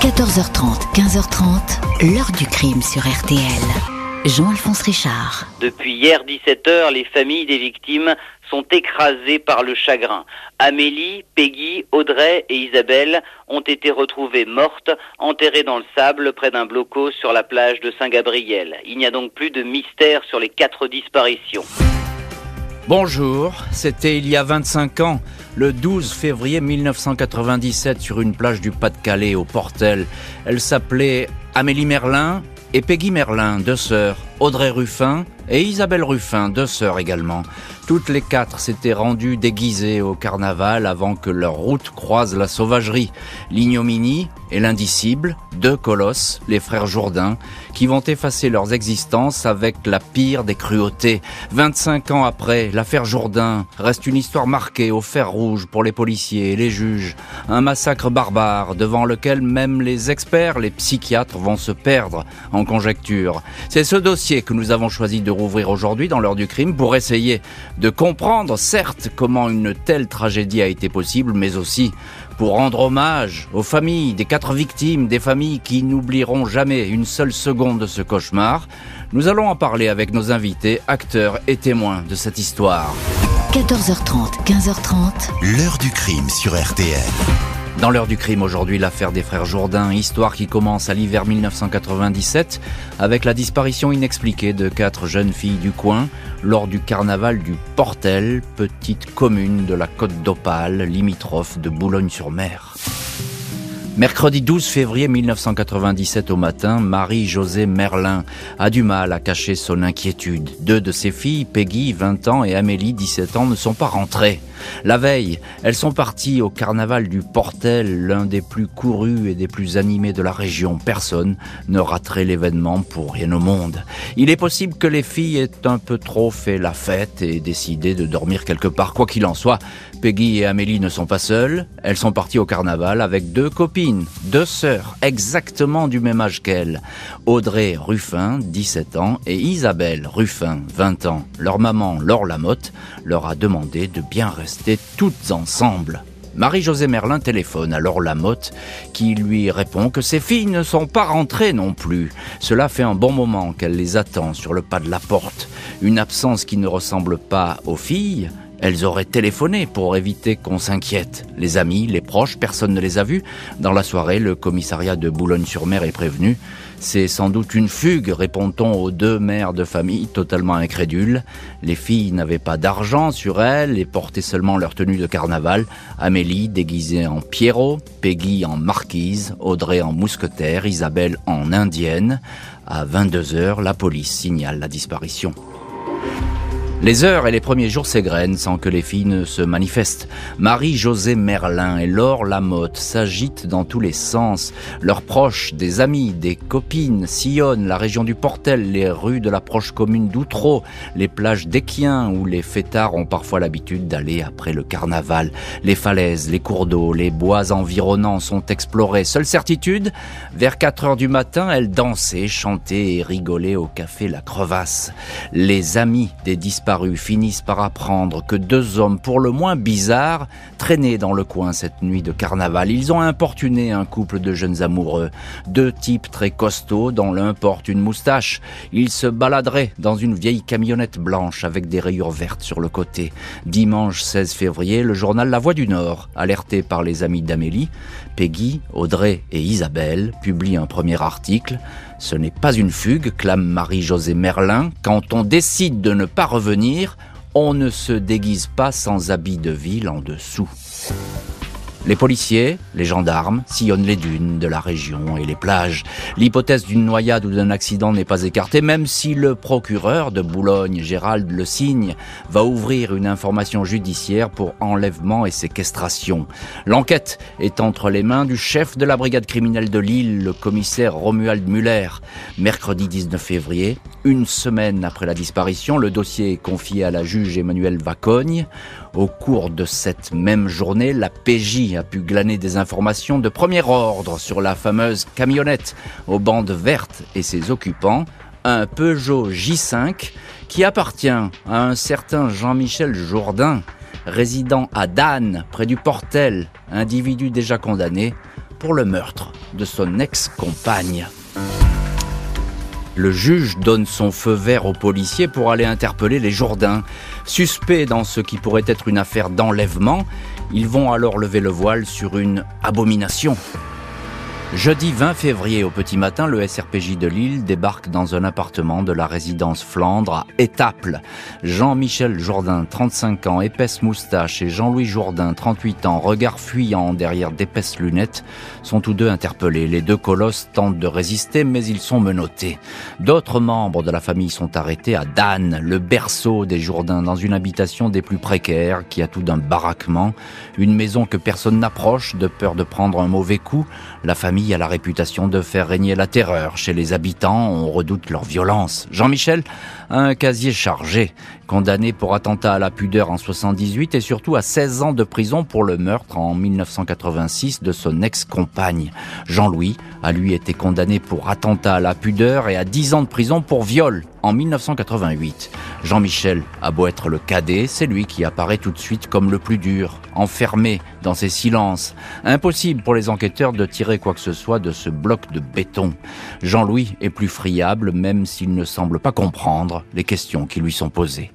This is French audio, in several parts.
14h30, 15h30, l'heure du crime sur RTL. Jean-Alphonse Richard. Depuis hier 17h, les familles des victimes sont écrasées par le chagrin. Amélie, Peggy, Audrey et Isabelle ont été retrouvées mortes, enterrées dans le sable près d'un blocos sur la plage de Saint-Gabriel. Il n'y a donc plus de mystère sur les 4 disparitions. Bonjour, c'était il y a 25 ans, le 12 février 1997, sur une plage du Pas-de-Calais au Portel. Elle s'appelait Amélie Merlin et Peggy Merlin, 2 sœurs, Audrey Ruffin et Isabelle Ruffin, 2 sœurs également. Toutes les 4 s'étaient rendues déguisées au carnaval avant que leur route croise la sauvagerie. L'ignominie et l'indicible, 2 colosses, les frères Jourdain, qui vont effacer leurs existences avec la pire des cruautés. 25 ans après, l'affaire Jourdain reste une histoire marquée au fer rouge pour les policiers et les juges. Un massacre barbare devant lequel même les experts, les psychiatres vont se perdre en conjectures. C'est ce dossier que nous avons choisi de rouvrir aujourd'hui dans l'heure du crime pour essayer de comprendre, certes, comment une telle tragédie a été possible, mais aussi pour rendre hommage aux familles des 4 victimes, des familles qui n'oublieront jamais une seule seconde de ce cauchemar. Nous allons en parler avec nos invités, acteurs et témoins de cette histoire. 14h30, 15h30, l'heure du crime sur RTL. Dans l'heure du crime aujourd'hui, l'affaire des frères Jourdain, histoire qui commence à l'hiver 1997 avec la disparition inexpliquée de 4 jeunes filles du coin lors du carnaval du Portel, petite commune de la Côte d'Opale, limitrophe de Boulogne-sur-Mer. Mercredi 12 février 1997 au matin, Marie-Josée Merlin a du mal à cacher son inquiétude. 2 de ses filles, Peggy, 20 ans, et Amélie, 17 ans, ne sont pas rentrées. La veille, elles sont parties au carnaval du Portel, l'un des plus courus et des plus animés de la région. Personne ne raterait l'événement pour rien au monde. Il est possible que les filles aient un peu trop fait la fête et décidé de dormir quelque part. Quoi qu'il en soit, Peggy et Amélie ne sont pas seules. Elles sont parties au carnaval avec 2 copines, 2 sœurs, exactement du même âge qu'elles. Audrey Ruffin, 17 ans, et Isabelle Ruffin, 20 ans. Leur maman, Laure Lamotte, leur a demandé de bien rester toutes ensemble. Marie-Josée Merlin téléphone à Laure Lamotte qui lui répond que ses filles ne sont pas rentrées non plus. Cela fait un bon moment qu'elle les attend sur le pas de la porte. Une absence qui ne ressemble pas aux filles. Elles auraient téléphoné pour éviter qu'on s'inquiète. Les amis, les proches, personne ne les a vus. Dans la soirée, le commissariat de Boulogne-sur-Mer est prévenu. C'est sans doute une fugue, répond-on aux 2 mères de famille totalement incrédules. Les filles n'avaient pas d'argent sur elles et portaient seulement leur tenue de carnaval. Amélie déguisée en Pierrot, Peggy en marquise, Audrey en mousquetaire, Isabelle en indienne. À 22h, la police signale la disparition. Les heures et les premiers jours s'égrènent sans que les filles ne se manifestent. Marie-Josée Merlin et Laure Lamotte s'agitent dans tous les sens. Leurs proches, des amis, des copines sillonnent la région du Portel, les rues de la proche commune d'Outreau, les plages d'Équien où les fêtards ont parfois l'habitude d'aller après le carnaval. Les falaises, les cours d'eau, les bois environnants sont explorés. Seule certitude, vers 4h du matin, elles dansaient, chantaient et rigolaient au café La Crevasse. Les amis des disparus finissent par apprendre que 2 hommes pour le moins bizarres traînaient dans le coin cette nuit de carnaval. Ils ont importuné un couple de jeunes amoureux, 2 types très costauds dont l'un porte une moustache. Ils se baladeraient dans une vieille camionnette blanche avec des rayures vertes sur le côté. Dimanche 16 février, le journal La Voix du Nord, alerté par les amis d'Amélie, Peggy, Audrey et Isabelle, publie un premier article. Ce n'est pas une fugue, clame Marie-Josée Merlin. Quand on décide de ne pas revenir, on ne se déguise pas sans habit de ville en dessous. Les policiers, les gendarmes, sillonnent les dunes de la région et les plages. L'hypothèse d'une noyade ou d'un accident n'est pas écartée, même si le procureur de Boulogne, Gérald Le Cygne, va ouvrir une information judiciaire pour enlèvement et séquestration. L'enquête est entre les mains du chef de la brigade criminelle de Lille, le commissaire Romuald Muller. Mercredi 19 février, 1 semaine après la disparition, le dossier est confié à la juge Emmanuelle Vacogne. Au cours de cette même journée, la PJ a pu glaner des informations de premier ordre sur la fameuse camionnette aux bandes vertes et ses occupants, un Peugeot J5 qui appartient à un certain Jean-Michel Jourdain, résidant à Dannes, près du Portel, individu déjà condamné pour le meurtre de son ex-compagne. Le juge donne son feu vert aux policiers pour aller interpeller les Jourdain. Suspects dans ce qui pourrait être une affaire d'enlèvement, ils vont alors lever le voile sur une abomination. Jeudi 20 février au petit matin, le SRPJ de Lille débarque dans un appartement de la résidence Flandre à Étaples. Jean-Michel Jourdain, 35 ans, épaisse moustache, et Jean-Louis Jourdain, 38 ans, regard fuyant derrière d'épaisses lunettes, sont tous deux interpellés. Les deux colosses tentent de résister, mais ils sont menottés. D'autres membres de la famille sont arrêtés à Dannes, le berceau des Jourdain, dans une habitation des plus précaires qui a tout d'un baraquement, une maison que personne n'approche de peur de prendre un mauvais coup. La famille a la réputation de faire régner la terreur. Chez les habitants, on redoute leur violence. Jean-Michel a un casier chargé, condamné pour attentat à la pudeur en 78 et surtout à 16 ans de prison pour le meurtre en 1986 de son ex-compagne. Jean-Louis a lui été condamné pour attentat à la pudeur et à 10 ans de prison pour viol en 1988. Jean-Michel a beau être le cadet, c'est lui qui apparaît tout de suite comme le plus dur, enfermé dans ses silences. Impossible pour les enquêteurs de tirer quoi que ce soit de ce bloc de béton. Jean-Louis est plus friable, même s'il ne semble pas comprendre les questions qui lui sont posées.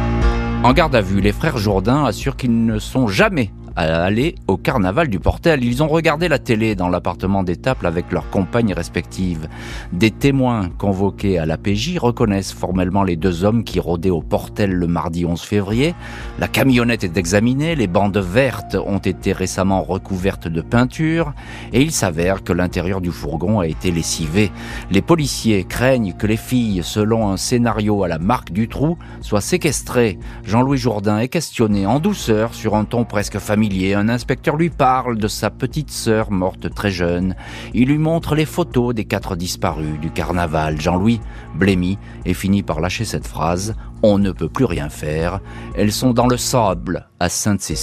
En garde à vue, les frères Jourdain assurent qu'ils ne sont jamais allés au carnaval du Portel. Ils ont regardé la télé dans l'appartement d'Étaples avec leurs compagnes respectives. Des témoins convoqués à la PJ reconnaissent formellement les deux hommes qui rôdaient au Portel le mardi 11 février. La camionnette est examinée, les bandes vertes ont été récemment recouvertes de peinture et il s'avère que l'intérieur du fourgon a été lessivé. Les policiers craignent que les filles, selon un scénario à la Marque Dutroux, soient séquestrées. Jean-Louis Jourdain est questionné en douceur sur un ton presque familier. Un inspecteur lui parle de sa petite sœur morte très jeune. Il lui montre les photos des 4 disparus du carnaval. Jean-Louis blêmit et finit par lâcher cette phrase « On ne peut plus rien faire. Elles sont dans le sable à Sainte-Cécile. »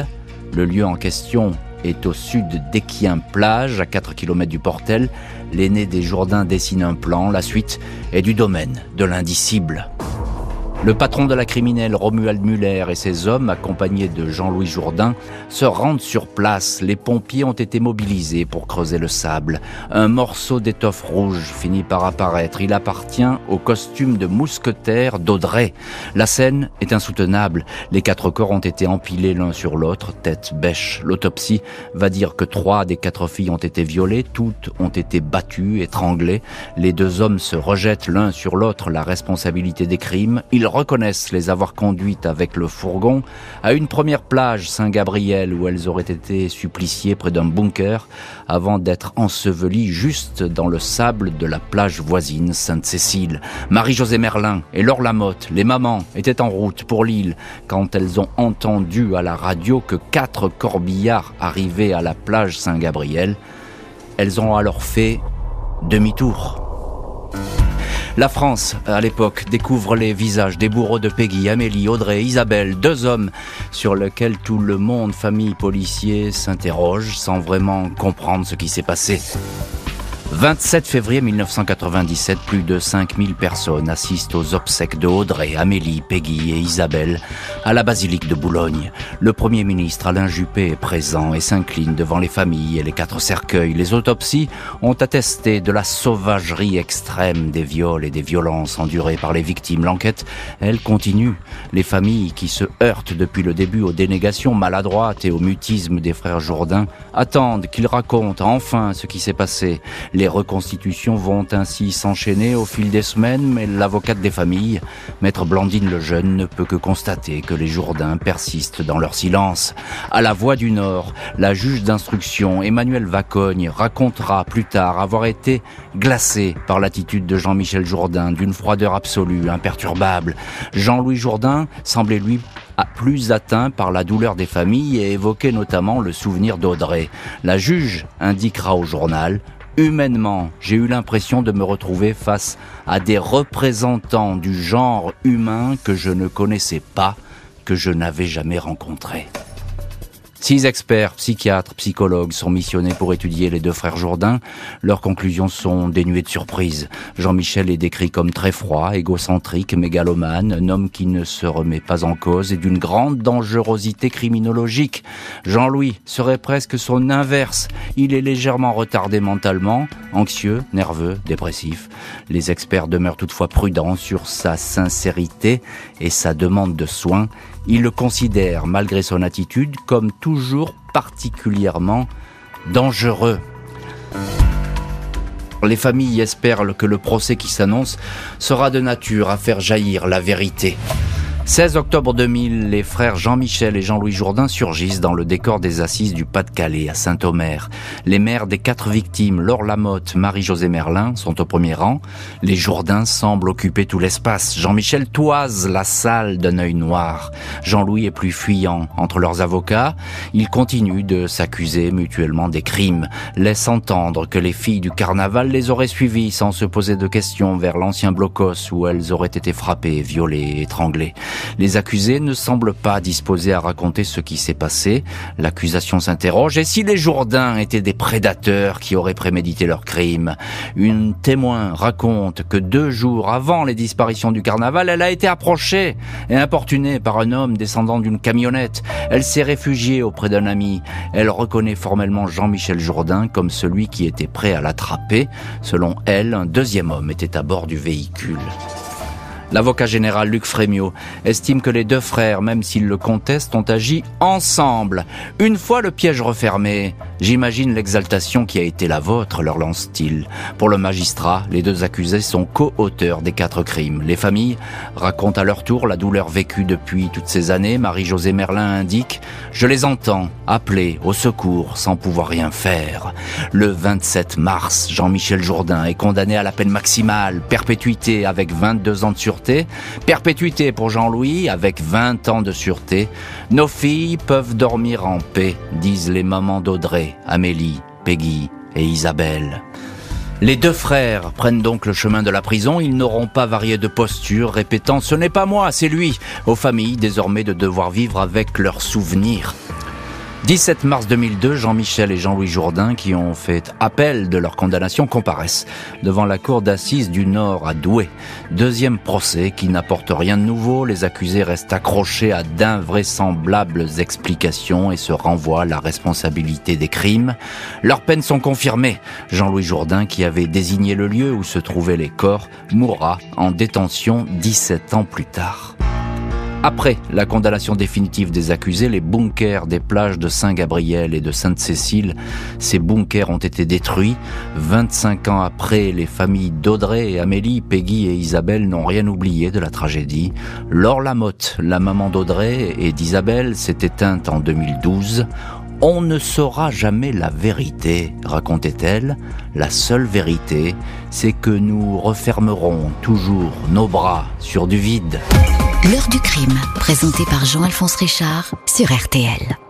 Le lieu en question est au sud d'Équien-Plage, à 4 km du Portel. L'aîné des Jourdain dessine un plan. La suite est du domaine de l'indicible. Le patron de la criminelle, Romuald Muller, et ses hommes, accompagnés de Jean-Louis Jourdain, se rendent sur place. Les pompiers ont été mobilisés pour creuser le sable. Un morceau d'étoffe rouge finit par apparaître. Il appartient au costume de mousquetaire d'Audrey. La scène est insoutenable. Les 4 corps ont été empilés l'un sur l'autre, tête bêche. L'autopsie va dire que 3 des 4 filles ont été violées. Toutes ont été battues, étranglées. Les 2 hommes se rejettent l'un sur l'autre la responsabilité des crimes. Ils reconnaissent les avoir conduites avec le fourgon à une première plage Saint-Gabriel où elles auraient été suppliciées près d'un bunker avant d'être ensevelies juste dans le sable de la plage voisine Sainte-Cécile. Marie-Josée Merlin et Laure Lamotte, les mamans, étaient en route pour Lille quand elles ont entendu à la radio que 4 corbillards arrivaient à la plage Saint-Gabriel. Elles ont alors fait demi-tour. La France, à l'époque, découvre les visages des bourreaux de Peggy, Amélie, Audrey, Isabelle, 2 hommes sur lesquels tout le monde, famille, policier, s'interroge sans vraiment comprendre ce qui s'est passé. 27 février 1997, plus de 5000 personnes assistent aux obsèques de Audrey, Amélie, Peggy et Isabelle à la basilique de Boulogne. Le Premier ministre Alain Juppé est présent et s'incline devant les familles et les 4 cercueils. Les autopsies ont attesté de la sauvagerie extrême des viols et des violences endurées par les victimes. L'enquête, elle, continue. Les familles qui se heurtent depuis le début aux dénégations maladroites et au mutisme des frères Jourdain attendent qu'ils racontent enfin ce qui s'est passé. Les reconstitutions vont ainsi s'enchaîner au fil des semaines, mais l'avocate des familles, maître Blandine Lejeune, ne peut que constater que les Jourdain persistent dans leur silence. À la Voix du Nord, la juge d'instruction, Emmanuelle Vacogne, racontera plus tard avoir été glacée par l'attitude de Jean-Michel Jourdain, d'une froideur absolue, imperturbable. Jean-Louis Jourdain semblait lui plus atteint par la douleur des familles et évoquait notamment le souvenir d'Audrey. La juge indiquera au journal: humainement, j'ai eu l'impression de me retrouver face à des représentants du genre humain que je ne connaissais pas, que je n'avais jamais rencontrés. 6 experts, psychiatres, psychologues sont missionnés pour étudier les deux frères Jourdain. Leurs conclusions sont dénuées de surprise. Jean-Michel est décrit comme très froid, égocentrique, mégalomane, un homme qui ne se remet pas en cause et d'une grande dangerosité criminologique. Jean-Louis serait presque son inverse. Il est légèrement retardé mentalement, anxieux, nerveux, dépressif. Les experts demeurent toutefois prudents sur sa sincérité et sa demande de soins. Ils le considèrent, malgré son attitude, comme toujours particulièrement dangereux. Les familles espèrent que le procès qui s'annonce sera de nature à faire jaillir la vérité. 16 octobre 2000, les frères Jean-Michel et Jean-Louis Jourdain surgissent dans le décor des assises du Pas-de-Calais, à Saint-Omer. Les mères des 4 victimes, Laure Lamotte, Marie-Josée Merlin, sont au premier rang. Les Jourdain semblent occuper tout l'espace. Jean-Michel toise la salle d'un œil noir. Jean-Louis est plus fuyant. Entre leurs avocats, ils continuent de s'accuser mutuellement des crimes, laissent entendre que les filles du carnaval les auraient suivies sans se poser de questions vers l'ancien blocos où elles auraient été frappées, violées, étranglées. Les accusés ne semblent pas disposés à raconter ce qui s'est passé. L'accusation s'interroge. Et si les Jourdain étaient des prédateurs qui auraient prémédité leurs crimes? Une témoin raconte que 2 jours avant les disparitions du carnaval, elle a été approchée et importunée par un homme descendant d'une camionnette. Elle s'est réfugiée auprès d'un ami. Elle reconnaît formellement Jean-Michel Jourdain comme celui qui était prêt à l'attraper. Selon elle, un 2e homme était à bord du véhicule. L'avocat général Luc Frémiot estime que les 2 frères, même s'ils le contestent, ont agi ensemble. Une fois le piège refermé, j'imagine l'exaltation qui a été la vôtre, leur lance-t-il. Pour le magistrat, les 2 accusés sont co-auteurs des 4 crimes. Les familles racontent à leur tour la douleur vécue depuis toutes ces années. Marie-Josée Merlin indique « Je les entends appeler au secours sans pouvoir rien faire ». Le 27 mars, Jean-Michel Jourdain est condamné à la peine maximale, perpétuité avec 22 ans de sûreté. Perpétuité pour Jean-Louis avec 20 ans de sûreté. Nos filles peuvent dormir en paix, disent les mamans d'Audrey, Amélie, Peggy et Isabelle. Les 2 frères prennent donc le chemin de la prison. Ils n'auront pas varié de posture, répétant « Ce n'est pas moi, c'est lui », aux familles désormais de devoir vivre avec leurs souvenirs. 17 mars 2002, Jean-Michel et Jean-Louis Jourdain, qui ont fait appel de leur condamnation, comparaissent devant la cour d'assises du Nord à Douai. 2e procès qui n'apporte rien de nouveau. Les accusés restent accrochés à d'invraisemblables explications et se renvoient à la responsabilité des crimes. Leurs peines sont confirmées. Jean-Louis Jourdain, qui avait désigné le lieu où se trouvaient les corps, mourra en détention 17 ans plus tard. Après la condamnation définitive des accusés, les bunkers des plages de Saint-Gabriel et de Sainte-Cécile, ces bunkers ont été détruits. 25 ans après, les familles d'Audrey et Amélie, Peggy et Isabelle n'ont rien oublié de la tragédie. Laure Lamotte, la maman d'Audrey et d'Isabelle, s'est éteinte en 2012. « On ne saura jamais la vérité », racontait-elle. La seule vérité, c'est que nous refermerons toujours nos bras sur du vide. L'heure du crime, présenté par Jean-Alphonse Richard sur RTL.